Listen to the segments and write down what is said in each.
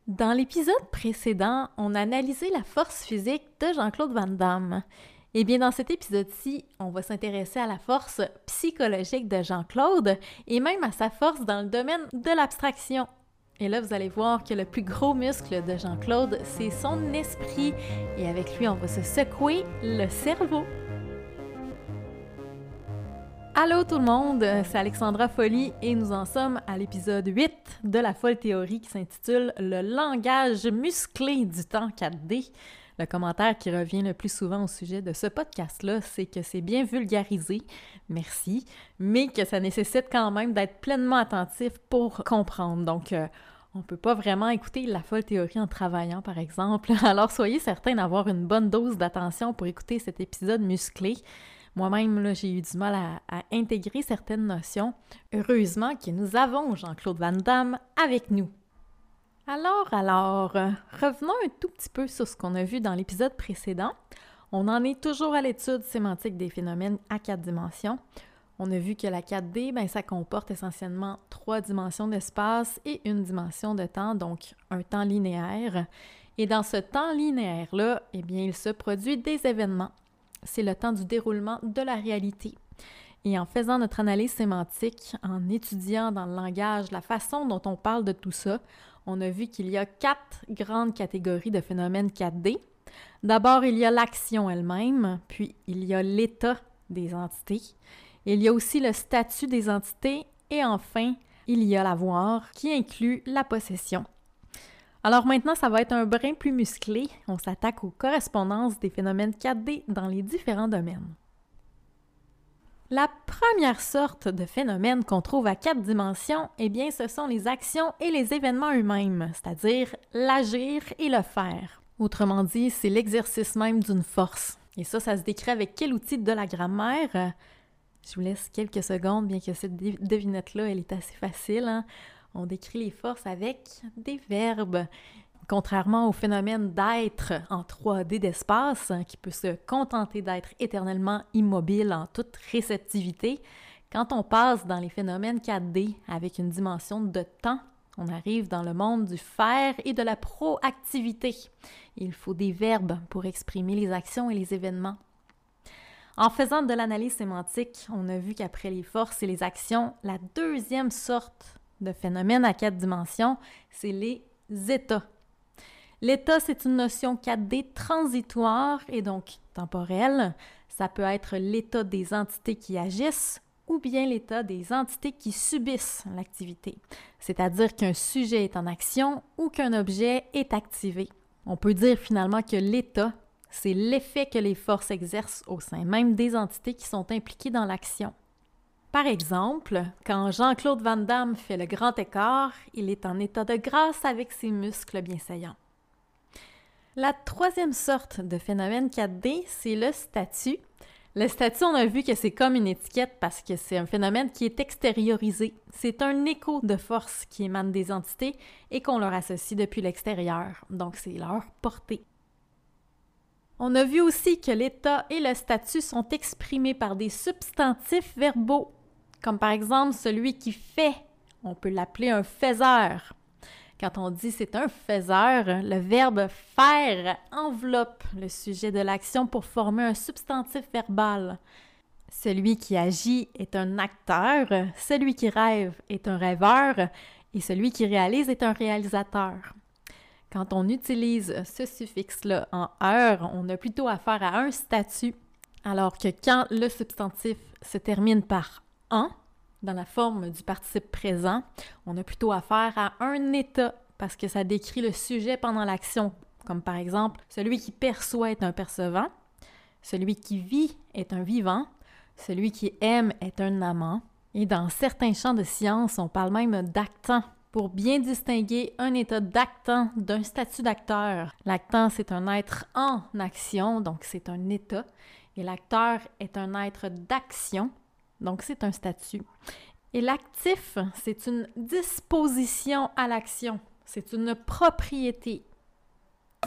Dans l'épisode précédent, on a analysé la force physique de Jean-Claude Van Damme. Eh bien, dans cet épisode-ci, on va s'intéresser à la force psychologique de Jean-Claude et même à sa force dans le domaine de l'abstraction. Et là, vous allez voir que le plus gros muscle de Jean-Claude, c'est son esprit. Et avec lui, on va se secouer le cerveau. Allô tout le monde, c'est Alexandra Folly et nous en sommes à l'épisode 8 de la folle théorie qui s'intitule « Le langage musclé du temps 4D ». Le commentaire qui revient le plus souvent au sujet de ce podcast-là, c'est que c'est bien vulgarisé, merci, mais que ça nécessite quand même d'être pleinement attentif pour comprendre. Donc, on ne peut pas vraiment écouter la folle théorie en travaillant, par exemple. Alors, soyez certains d'avoir une bonne dose d'attention pour écouter cet épisode musclé. Moi-même, là, j'ai eu du mal à intégrer certaines notions. Heureusement que nous avons Jean-Claude Van Damme avec nous. Alors, revenons un tout petit peu sur ce qu'on a vu dans l'épisode précédent. On en est toujours à l'étude sémantique des phénomènes à 4 dimensions. On a vu que la 4D, ça comporte essentiellement 3 dimensions d'espace et une dimension de temps, donc un temps linéaire. Et dans ce temps linéaire-là, il se produit des événements. C'est le temps du déroulement de la réalité. Et en faisant notre analyse sémantique, en étudiant dans le langage la façon dont on parle de tout ça, on a vu qu'il y a 4 grandes catégories de phénomènes 4D. D'abord, il y a l'action elle-même, puis il y a l'état des entités, il y a aussi le statut des entités, et enfin, il y a l'avoir, qui inclut la possession. Alors maintenant, ça va être un brin plus musclé. On s'attaque aux correspondances des phénomènes 4D dans les différents domaines. La première sorte de phénomène qu'on trouve à 4 dimensions, ce sont les actions et les événements eux-mêmes, c'est-à-dire l'agir et le faire. Autrement dit, c'est l'exercice même d'une force. Et ça se décrit avec quel outil de la grammaire? Je vous laisse quelques secondes, bien que cette devinette-là, elle est assez facile, hein? On décrit les forces avec des verbes. Contrairement au phénomène d'être en 3D d'espace, qui peut se contenter d'être éternellement immobile en toute réceptivité, quand on passe dans les phénomènes 4D avec une dimension de temps, on arrive dans le monde du faire et de la proactivité. Il faut des verbes pour exprimer les actions et les événements. En faisant de l'analyse sémantique, on a vu qu'après les forces et les actions, la deuxième sorte de phénomènes à 4 dimensions, c'est les états. L'état, c'est une notion 4D transitoire et donc temporelle. Ça peut être l'état des entités qui agissent ou bien l'état des entités qui subissent l'activité, c'est-à-dire qu'un sujet est en action ou qu'un objet est activé. On peut dire finalement que l'état, c'est l'effet que les forces exercent au sein même des entités qui sont impliquées dans l'action. Par exemple, quand Jean-Claude Van Damme fait le grand écart, il est en état de grâce avec ses muscles bien saillants. La troisième sorte de phénomène 4D, c'est le statut. Le statut, on a vu que c'est comme une étiquette parce que c'est un phénomène qui est extériorisé. C'est un écho de force qui émane des entités et qu'on leur associe depuis l'extérieur. Donc, c'est leur portée. On a vu aussi que l'état et le statut sont exprimés par des substantifs verbaux, comme par exemple celui qui fait. On peut l'appeler un faiseur. Quand on dit c'est un faiseur, le verbe faire enveloppe le sujet de l'action pour former un substantif verbal. Celui qui agit est un acteur, celui qui rêve est un rêveur et celui qui réalise est un réalisateur. Quand on utilise ce suffixe-là en « heure », on a plutôt affaire à un statut, alors que quand le substantif se termine par « en », dans la forme du participe présent, on a plutôt affaire à un état, parce que ça décrit le sujet pendant l'action, comme par exemple, celui qui perçoit est un percevant, celui qui vit est un vivant, celui qui aime est un amant, et dans certains champs de science, on parle même d'actant, pour bien distinguer un état d'actant d'un statut d'acteur. L'actant, c'est un être en action, donc c'est un état, et l'acteur est un être d'action, donc c'est un statut. Et l'actif, c'est une disposition à l'action, c'est une propriété.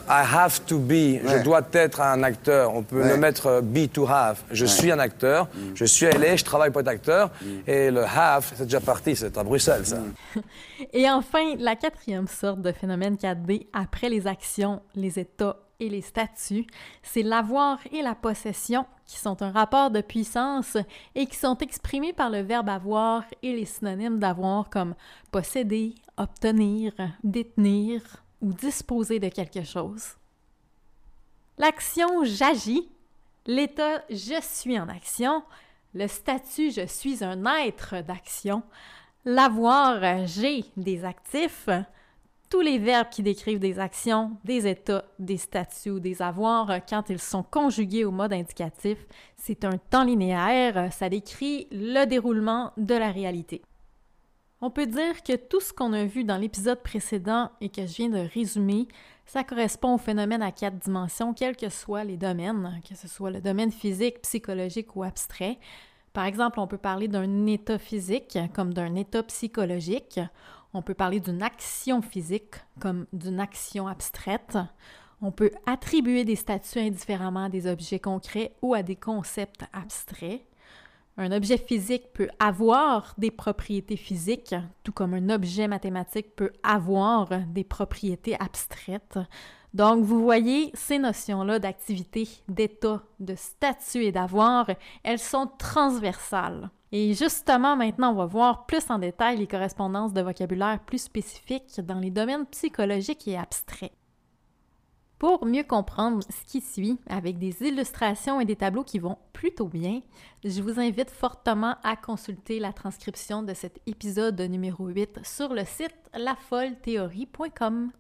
I have to be, je dois être un acteur. On peut le mettre be to have. Je suis un acteur, je suis à LA, je travaille pour être acteur. Et le have, c'est déjà parti, c'est à Bruxelles, ça. Et enfin, la quatrième sorte de phénomène 4D, après les actions, les états et les statuts, c'est l'avoir et la possession, qui sont un rapport de puissance et qui sont exprimés par le verbe avoir et les synonymes d'avoir comme posséder, obtenir, détenir ou disposer de quelque chose. L'action « j'agis », l'état « je suis en action », le statut « je suis un être d'action », l'avoir « j'ai des actifs », tous les verbes qui décrivent des actions, des états, des statuts ou des avoirs, quand ils sont conjugués au mode indicatif, c'est un temps linéaire, ça décrit le déroulement de la réalité. On peut dire que tout ce qu'on a vu dans l'épisode précédent et que je viens de résumer, ça correspond au phénomène à 4 dimensions, quels que soient les domaines, que ce soit le domaine physique, psychologique ou abstrait. Par exemple, on peut parler d'un état physique comme d'un état psychologique. On peut parler d'une action physique comme d'une action abstraite. On peut attribuer des statuts indifféremment à des objets concrets ou à des concepts abstraits. Un objet physique peut avoir des propriétés physiques, tout comme un objet mathématique peut avoir des propriétés abstraites. Donc, vous voyez, ces notions-là d'activité, d'état, de statut et d'avoir, elles sont transversales. Et justement, maintenant, on va voir plus en détail les correspondances de vocabulaire plus spécifiques dans les domaines psychologiques et abstraits. Pour mieux comprendre ce qui suit, avec des illustrations et des tableaux qui vont plutôt bien, je vous invite fortement à consulter la transcription de cet épisode numéro 8 sur le site lafollethéorie.com.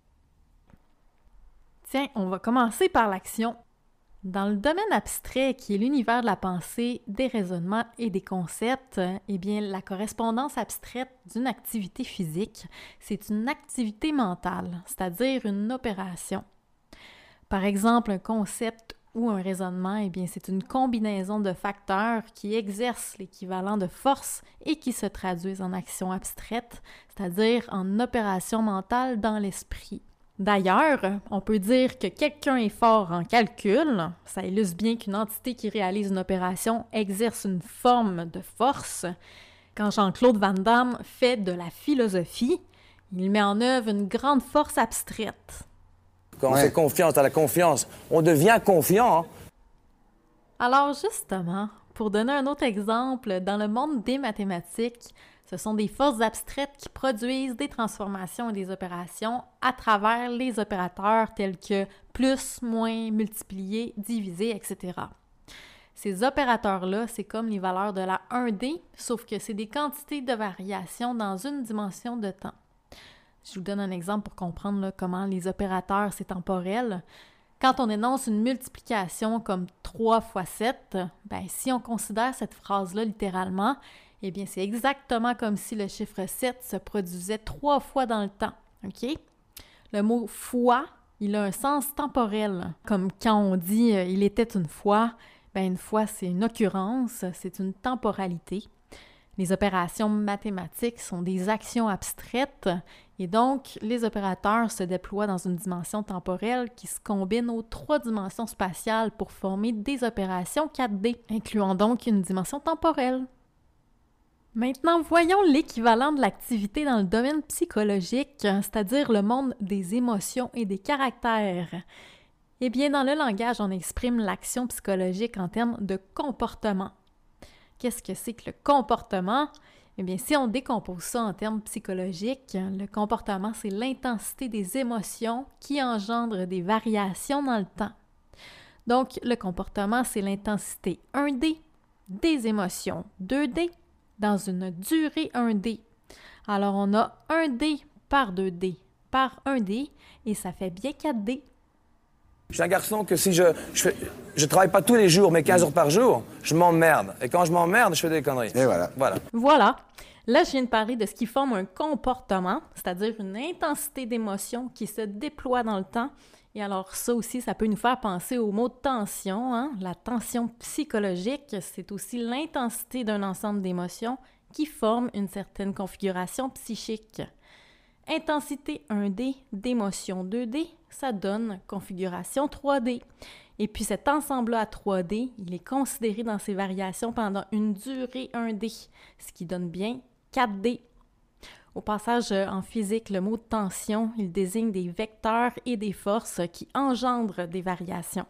Tiens, on va commencer par l'action. Dans le domaine abstrait, qui est l'univers de la pensée, des raisonnements et des concepts, eh bien, la correspondance abstraite d'une activité physique, c'est une activité mentale, c'est-à-dire une opération. Par exemple, un concept ou un raisonnement, eh bien, c'est une combinaison de facteurs qui exercent l'équivalent de force et qui se traduisent en action abstraite, c'est-à-dire en opération mentale dans l'esprit. D'ailleurs, on peut dire que quelqu'un est fort en calcul. Ça illustre bien qu'une entité qui réalise une opération exerce une forme de force. Quand Jean-Claude Van Damme fait de la philosophie, il met en œuvre une grande force abstraite. Quand on fait confiance à la confiance, on devient confiant. Alors justement, pour donner un autre exemple, dans le monde des mathématiques, ce sont des forces abstraites qui produisent des transformations et des opérations à travers les opérateurs tels que plus, moins, multiplier, diviser, etc. Ces opérateurs-là, c'est comme les valeurs de la 1D, sauf que c'est des quantités de variation dans une dimension de temps. Je vous donne un exemple pour comprendre là, comment les opérateurs, c'est temporel. Quand on énonce une multiplication comme 3 fois 7, ben, si on considère cette phrase-là littéralement, eh bien, c'est exactement comme si le chiffre 7 se produisait 3 fois dans le temps, OK? Le mot « fois », il a un sens temporel. Comme quand on dit « il était une fois », ben une fois, c'est une occurrence, c'est une temporalité. Les opérations mathématiques sont des actions abstraites et donc les opérateurs se déploient dans une dimension temporelle qui se combine aux 3 dimensions spatiales pour former des opérations 4D, incluant donc une dimension temporelle. Maintenant, voyons l'équivalent de l'activité dans le domaine psychologique, c'est-à-dire le monde des émotions et des caractères. Eh bien, dans le langage, on exprime l'action psychologique en termes de comportement. Qu'est-ce que c'est que le comportement? Eh bien, si on décompose ça en termes psychologiques, le comportement, c'est l'intensité des émotions qui engendrent des variations dans le temps. Donc, le comportement, c'est l'intensité 1D des émotions 2D dans une durée 1D. Alors, on a 1D par 2D par 1D et ça fait bien 4D. Je suis un garçon que si je travaille pas tous les jours, mais 15 heures par jour, je m'emmerde. Et quand je m'emmerde, je fais des conneries. Et voilà. Voilà. Là, je viens de parler de ce qui forme un comportement, c'est-à-dire une intensité d'émotion qui se déploie dans le temps. Et alors ça aussi, ça peut nous faire penser au mot tension, hein? La tension psychologique, c'est aussi l'intensité d'un ensemble d'émotions qui forment une certaine configuration psychique. intensité 1D, d'émotion 2D, ça donne configuration 3D. Et puis cet ensemble-là à 3D, il est considéré dans ses variations pendant une durée 1D, ce qui donne bien 4D. Au passage, en physique, le mot tension, il désigne des vecteurs et des forces qui engendrent des variations.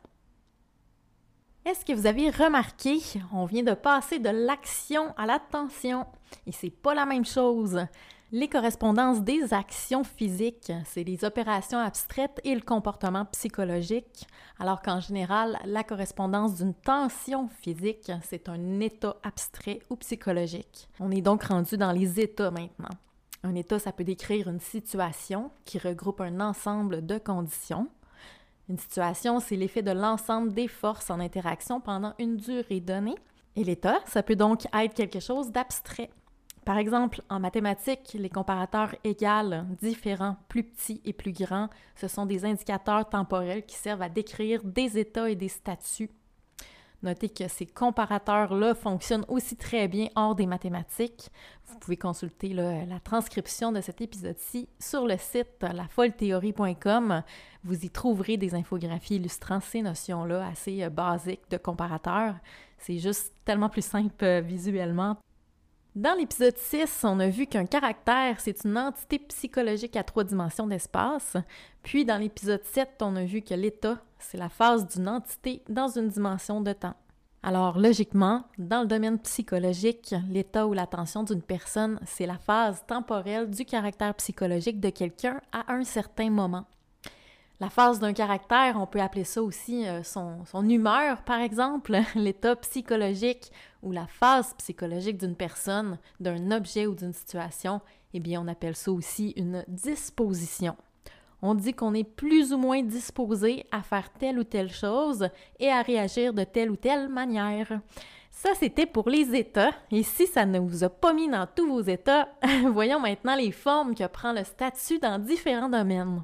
Est-ce que vous avez remarqué, on vient de passer de l'action à la tension, et c'est pas la même chose. Les correspondances des actions physiques, c'est les opérations abstraites et le comportement psychologique, alors qu'en général, la correspondance d'une tension physique, c'est un état abstrait ou psychologique. On est donc rendu dans les états maintenant. Un état, ça peut décrire une situation qui regroupe un ensemble de conditions. Une situation, c'est l'effet de l'ensemble des forces en interaction pendant une durée donnée. Et l'état, ça peut donc être quelque chose d'abstrait. Par exemple, en mathématiques, les comparateurs égales, différents, plus petits et plus grands, ce sont des indicateurs temporels qui servent à décrire des états et des statuts. Notez que ces comparateurs-là fonctionnent aussi très bien hors des mathématiques. Vous pouvez consulter la transcription de cet épisode-ci sur le site lafollethéorie.com. Vous y trouverez des infographies illustrant ces notions-là assez basiques de comparateurs. C'est juste tellement plus simple visuellement. Dans l'épisode 6, on a vu qu'un caractère, c'est une entité psychologique à 3 dimensions d'espace. Puis dans l'épisode 7, on a vu que l'état, c'est la phase d'une entité dans une dimension de temps. Alors logiquement, dans le domaine psychologique, l'état ou l'attention d'une personne, c'est la phase temporelle du caractère psychologique de quelqu'un à un certain moment. La phase d'un caractère, on peut appeler ça aussi son humeur, par exemple, l'état psychologique ou la phase psychologique d'une personne, d'un objet ou d'une situation, eh bien, on appelle ça aussi une disposition. On dit qu'on est plus ou moins disposé à faire telle ou telle chose et à réagir de telle ou telle manière. Ça, c'était pour les états. Et si ça ne vous a pas mis dans tous vos états, voyons maintenant les formes que prend le statut dans différents domaines.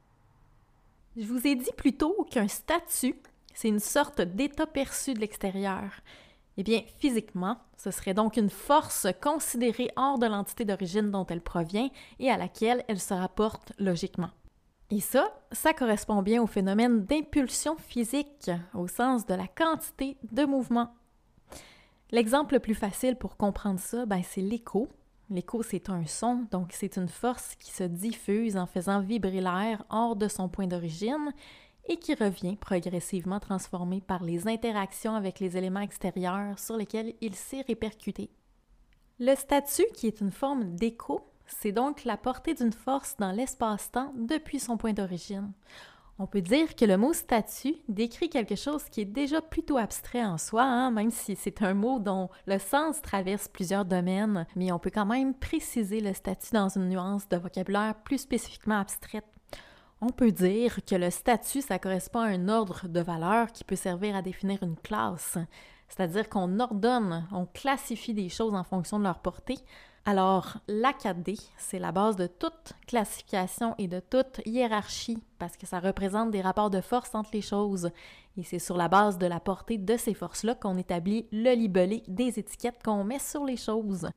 Je vous ai dit plus tôt qu'un statut, c'est une sorte d'état perçu de l'extérieur. Eh bien, physiquement, ce serait donc une force considérée hors de l'entité d'origine dont elle provient et à laquelle elle se rapporte logiquement. Et ça correspond bien au phénomène d'impulsion physique, au sens de la quantité de mouvement. L'exemple le plus facile pour comprendre ça, c'est l'écho. L'écho, c'est un son, donc c'est une force qui se diffuse en faisant vibrer l'air hors de son point d'origine et qui revient progressivement transformé par les interactions avec les éléments extérieurs sur lesquels il s'est répercuté. Le statut, qui est une forme d'écho, c'est donc la portée d'une force dans l'espace-temps depuis son point d'origine. On peut dire que le mot « statut » décrit quelque chose qui est déjà plutôt abstrait en soi, même si c'est un mot dont le sens traverse plusieurs domaines, mais on peut quand même préciser le statut dans une nuance de vocabulaire plus spécifiquement abstraite. On peut dire que le statut, ça correspond à un ordre de valeurs qui peut servir à définir une classe, c'est-à-dire qu'on ordonne, on classifie des choses en fonction de leur portée. Alors, la 4D, c'est la base de toute classification et de toute hiérarchie parce que ça représente des rapports de force entre les choses. Et c'est sur la base de la portée de ces forces-là qu'on établit le libellé des étiquettes qu'on met sur les choses.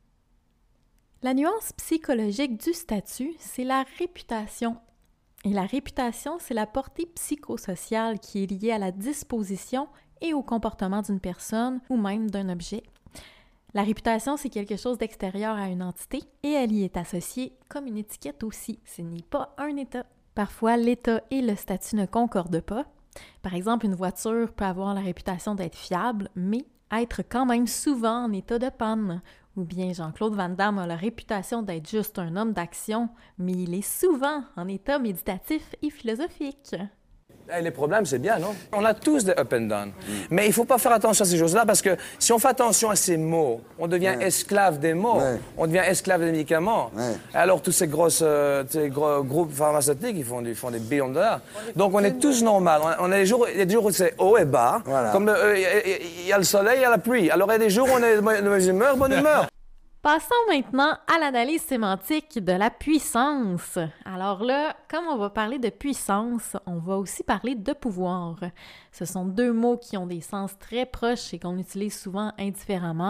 La nuance psychologique du statut, c'est la réputation. Et la réputation, c'est la portée psychosociale qui est liée à la disposition et au comportement d'une personne ou même d'un objet. La réputation, c'est quelque chose d'extérieur à une entité et elle y est associée comme une étiquette aussi. Ce n'est pas un état. Parfois, l'état et le statut ne concordent pas. Par exemple, une voiture peut avoir la réputation d'être fiable, mais être quand même souvent en état de panne. Ou bien Jean-Claude Van Damme a la réputation d'être juste un homme d'action, mais il est souvent en état méditatif et philosophique. Les problèmes, c'est bien, non? On a tous des up and down. Mais il ne faut pas faire attention à ces choses-là parce que si on fait attention à ces mots, on devient esclave des mots, on devient esclave des médicaments. Alors tous ces gros groupes pharmaceutiques, ils font des billions de dollars. Donc on est tous normaux. Il y a des jours où c'est haut et bas. Voilà. Comme il y a le soleil, il y a la pluie. Alors il y a des jours où on est de mauvaise humeur, bonne humeur. Passons maintenant à l'analyse sémantique de la puissance. Alors là, comme on va parler de puissance, on va aussi parler de pouvoir. Ce sont deux mots qui ont des sens très proches et qu'on utilise souvent indifféremment,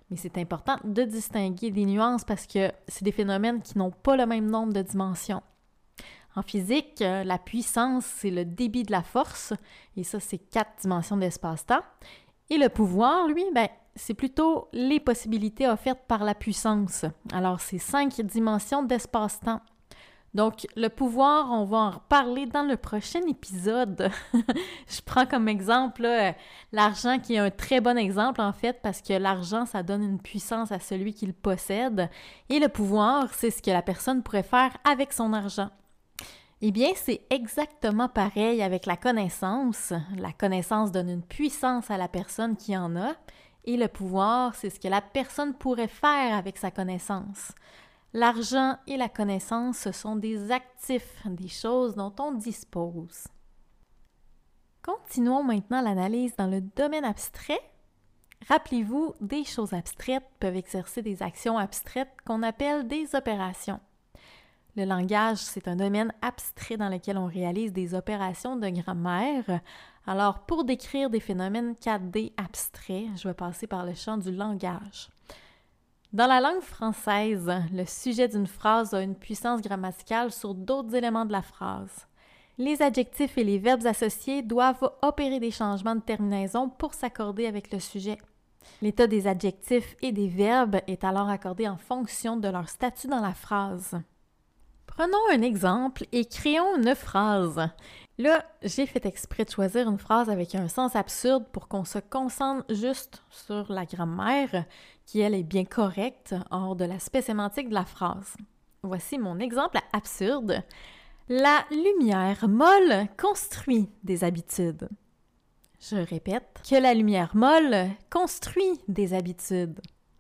Mais c'est important de distinguer des nuances parce que c'est des phénomènes qui n'ont pas le même nombre de dimensions. En physique, la puissance, c'est le débit de la force, et ça, c'est 4 dimensions d'espace-temps. Et le pouvoir, lui, c'est plutôt les possibilités offertes par la puissance. Alors, c'est 5 dimensions d'espace-temps. Donc, le pouvoir, on va en reparler dans le prochain épisode. Je prends comme exemple l'argent qui est un très bon exemple, en fait, parce que l'argent, ça donne une puissance à celui qui le possède. Et le pouvoir, c'est ce que la personne pourrait faire avec son argent. Eh bien, c'est exactement pareil avec la connaissance. La connaissance donne une puissance à la personne qui en a. Et le pouvoir, c'est ce que la personne pourrait faire avec sa connaissance. L'argent et la connaissance, ce sont des actifs, des choses dont on dispose. Continuons maintenant l'analyse dans le domaine abstrait. Rappelez-vous, des choses abstraites peuvent exercer des actions abstraites qu'on appelle des opérations. Le langage, c'est un domaine abstrait dans lequel on réalise des opérations de grammaire. Alors, pour décrire des phénomènes 4D abstraits, je vais passer par le champ du langage. Dans la langue française, le sujet d'une phrase a une puissance grammaticale sur d'autres éléments de la phrase. Les adjectifs et les verbes associés doivent opérer des changements de terminaison pour s'accorder avec le sujet. L'état des adjectifs et des verbes est alors accordé en fonction de leur statut dans la phrase. Prenons un exemple et créons une phrase. Là, j'ai fait exprès de choisir une phrase avec un sens absurde pour qu'on se concentre juste sur la grammaire, qui, elle, est bien correcte, hors de l'aspect sémantique de la phrase. Voici mon exemple absurde. La lumière molle construit des habitudes. Je répète que la lumière molle construit des habitudes.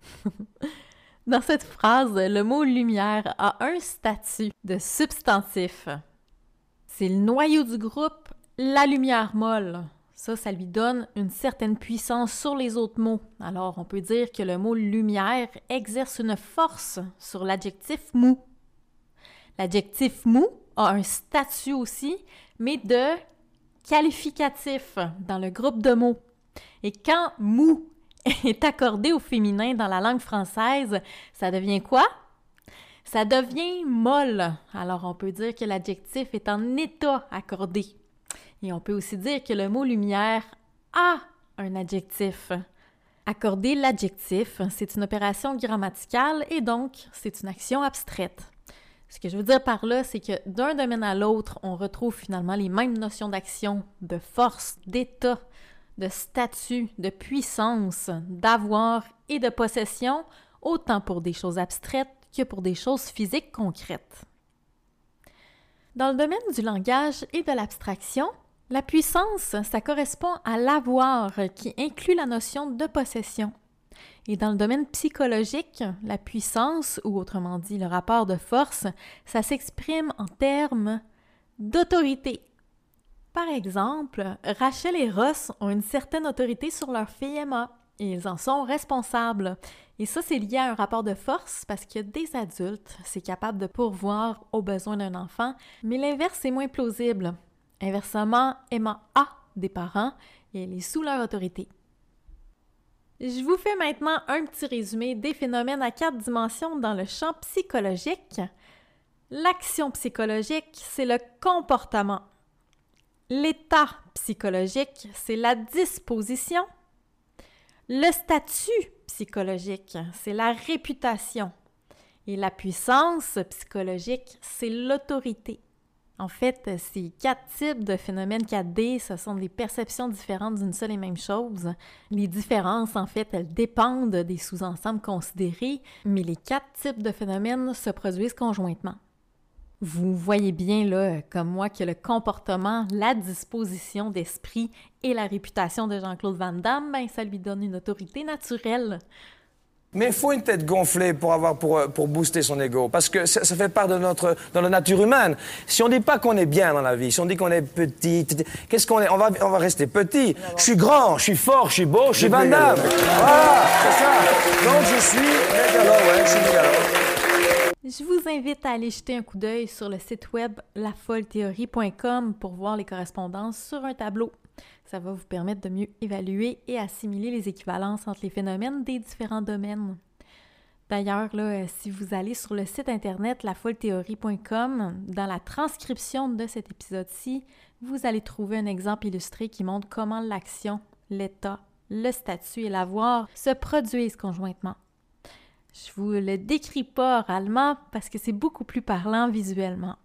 Dans cette phrase, le mot « lumière » a un statut de substantif. C'est le noyau du groupe, la lumière molle. Ça lui donne une certaine puissance sur les autres mots. Alors, on peut dire que le mot « lumière » exerce une force sur l'adjectif « mou ». L'adjectif « mou » a un statut aussi, mais de qualificatif dans le groupe de mots. Et quand « mou » est accordé au féminin dans la langue française, ça devient quoi? Ça devient molle. Alors, on peut dire que l'adjectif est en état accordé. Et on peut aussi dire que le mot lumière a un adjectif. Accorder l'adjectif, c'est une opération grammaticale et donc c'est une action abstraite. Ce que je veux dire par là, c'est que d'un domaine à l'autre, on retrouve finalement les mêmes notions d'action, de force, d'état, de statut, de puissance, d'avoir et de possession, autant pour des choses abstraites que pour des choses physiques concrètes. Dans le domaine du langage et de l'abstraction, la puissance, ça correspond à l'avoir qui inclut la notion de possession. Et dans le domaine psychologique, la puissance, ou autrement dit le rapport de force, ça s'exprime en termes d'autorité. Par exemple, Rachel et Ross ont une certaine autorité sur leur fille Emma et ils en sont responsables. Et ça, c'est lié à un rapport de force parce que des adultes, c'est capable de pourvoir aux besoins d'un enfant, mais l'inverse est moins plausible. Inversement, Emma a des parents et elle est sous leur autorité. Je vous fais maintenant un petit résumé des phénomènes à 4 dimensions dans le champ psychologique. L'action psychologique, c'est le comportement. L'état psychologique, c'est la disposition. Le statut psychologique, c'est la réputation. Et la puissance psychologique, c'est l'autorité. En fait, ces 4 types de phénomènes 4D, ce sont des perceptions différentes d'une seule et même chose. Les différences, en fait, elles dépendent des sous-ensembles considérés, mais les 4 types de phénomènes se produisent conjointement. Vous voyez bien, là, comme moi, que le comportement, la disposition d'esprit et la réputation de Jean-Claude Van Damme, ça lui donne une autorité naturelle. Mais il faut une tête gonflée pour booster son ego, parce que ça fait part de la nature humaine. Si on dit pas qu'on est bien dans la vie, si on dit qu'on est petit, qu'est-ce qu'on est? On va rester petit. Je suis grand, je suis fort, je suis beau, je suis Van Damme. Voilà, c'est ça. Donc je suis mégalo, je suis mégalo. Je vous invite à aller jeter un coup d'œil sur le site web lafollethéorie.com pour voir les correspondances sur un tableau. Ça va vous permettre de mieux évaluer et assimiler les équivalences entre les phénomènes des différents domaines. D'ailleurs, là, si vous allez sur le site internet lafollethéorie.com, dans la transcription de cet épisode-ci, vous allez trouver un exemple illustré qui montre comment l'action, l'état, le statut et l'avoir se produisent conjointement. Je vous le décris pas oralement parce que c'est beaucoup plus parlant visuellement.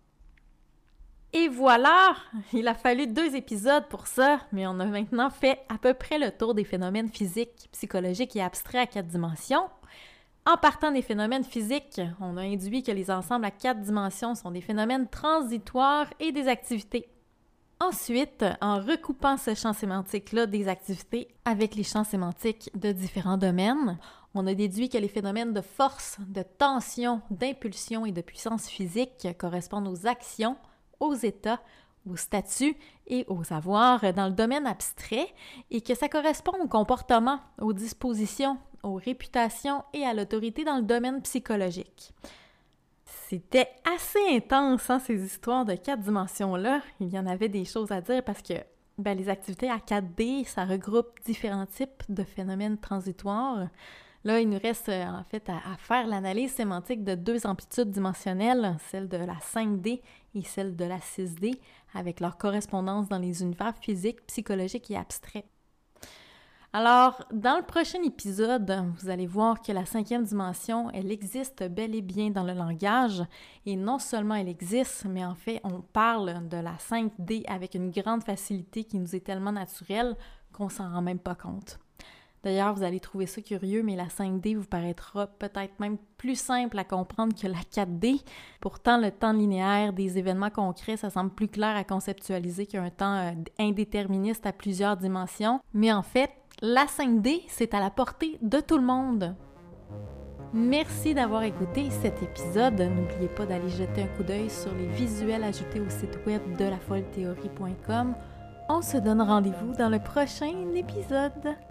Et voilà! Il a fallu 2 épisodes pour ça, mais on a maintenant fait à peu près le tour des phénomènes physiques, psychologiques et abstraits à 4 dimensions. En partant des phénomènes physiques, on a induit que les ensembles à 4 dimensions sont des phénomènes transitoires et des activités. Ensuite, en recoupant ce champ sémantique-là des activités avec les champs sémantiques de différents domaines, on a déduit que les phénomènes de force, de tension, d'impulsion et de puissance physique correspondent aux actions, aux états, aux statuts et aux avoirs dans le domaine abstrait et que ça correspond au comportement, aux dispositions, aux réputations et à l'autorité dans le domaine psychologique. C'était assez intense, hein, ces histoires de 4 dimensions-là. Il y en avait des choses à dire parce que les activités à 4D, ça regroupe différents types de phénomènes transitoires. Là, il nous reste en fait à faire l'analyse sémantique de 2 amplitudes dimensionnelles, celle de la 5D et celle de la 6D, avec leur correspondance dans les univers physiques, psychologiques et abstraits. Alors, dans le prochain épisode, vous allez voir que la 5e dimension, elle existe bel et bien dans le langage, et non seulement elle existe, mais en fait, on parle de la 5D avec une grande facilité qui nous est tellement naturelle qu'on s'en rend même pas compte. D'ailleurs, vous allez trouver ça curieux, mais la 5D vous paraîtra peut-être même plus simple à comprendre que la 4D. Pourtant, le temps linéaire des événements concrets, ça semble plus clair à conceptualiser qu'un temps indéterministe à plusieurs dimensions. Mais en fait, la 5D, c'est à la portée de tout le monde. Merci d'avoir écouté cet épisode. N'oubliez pas d'aller jeter un coup d'œil sur les visuels ajoutés au site web de lafollethéorie.com. On se donne rendez-vous dans le prochain épisode.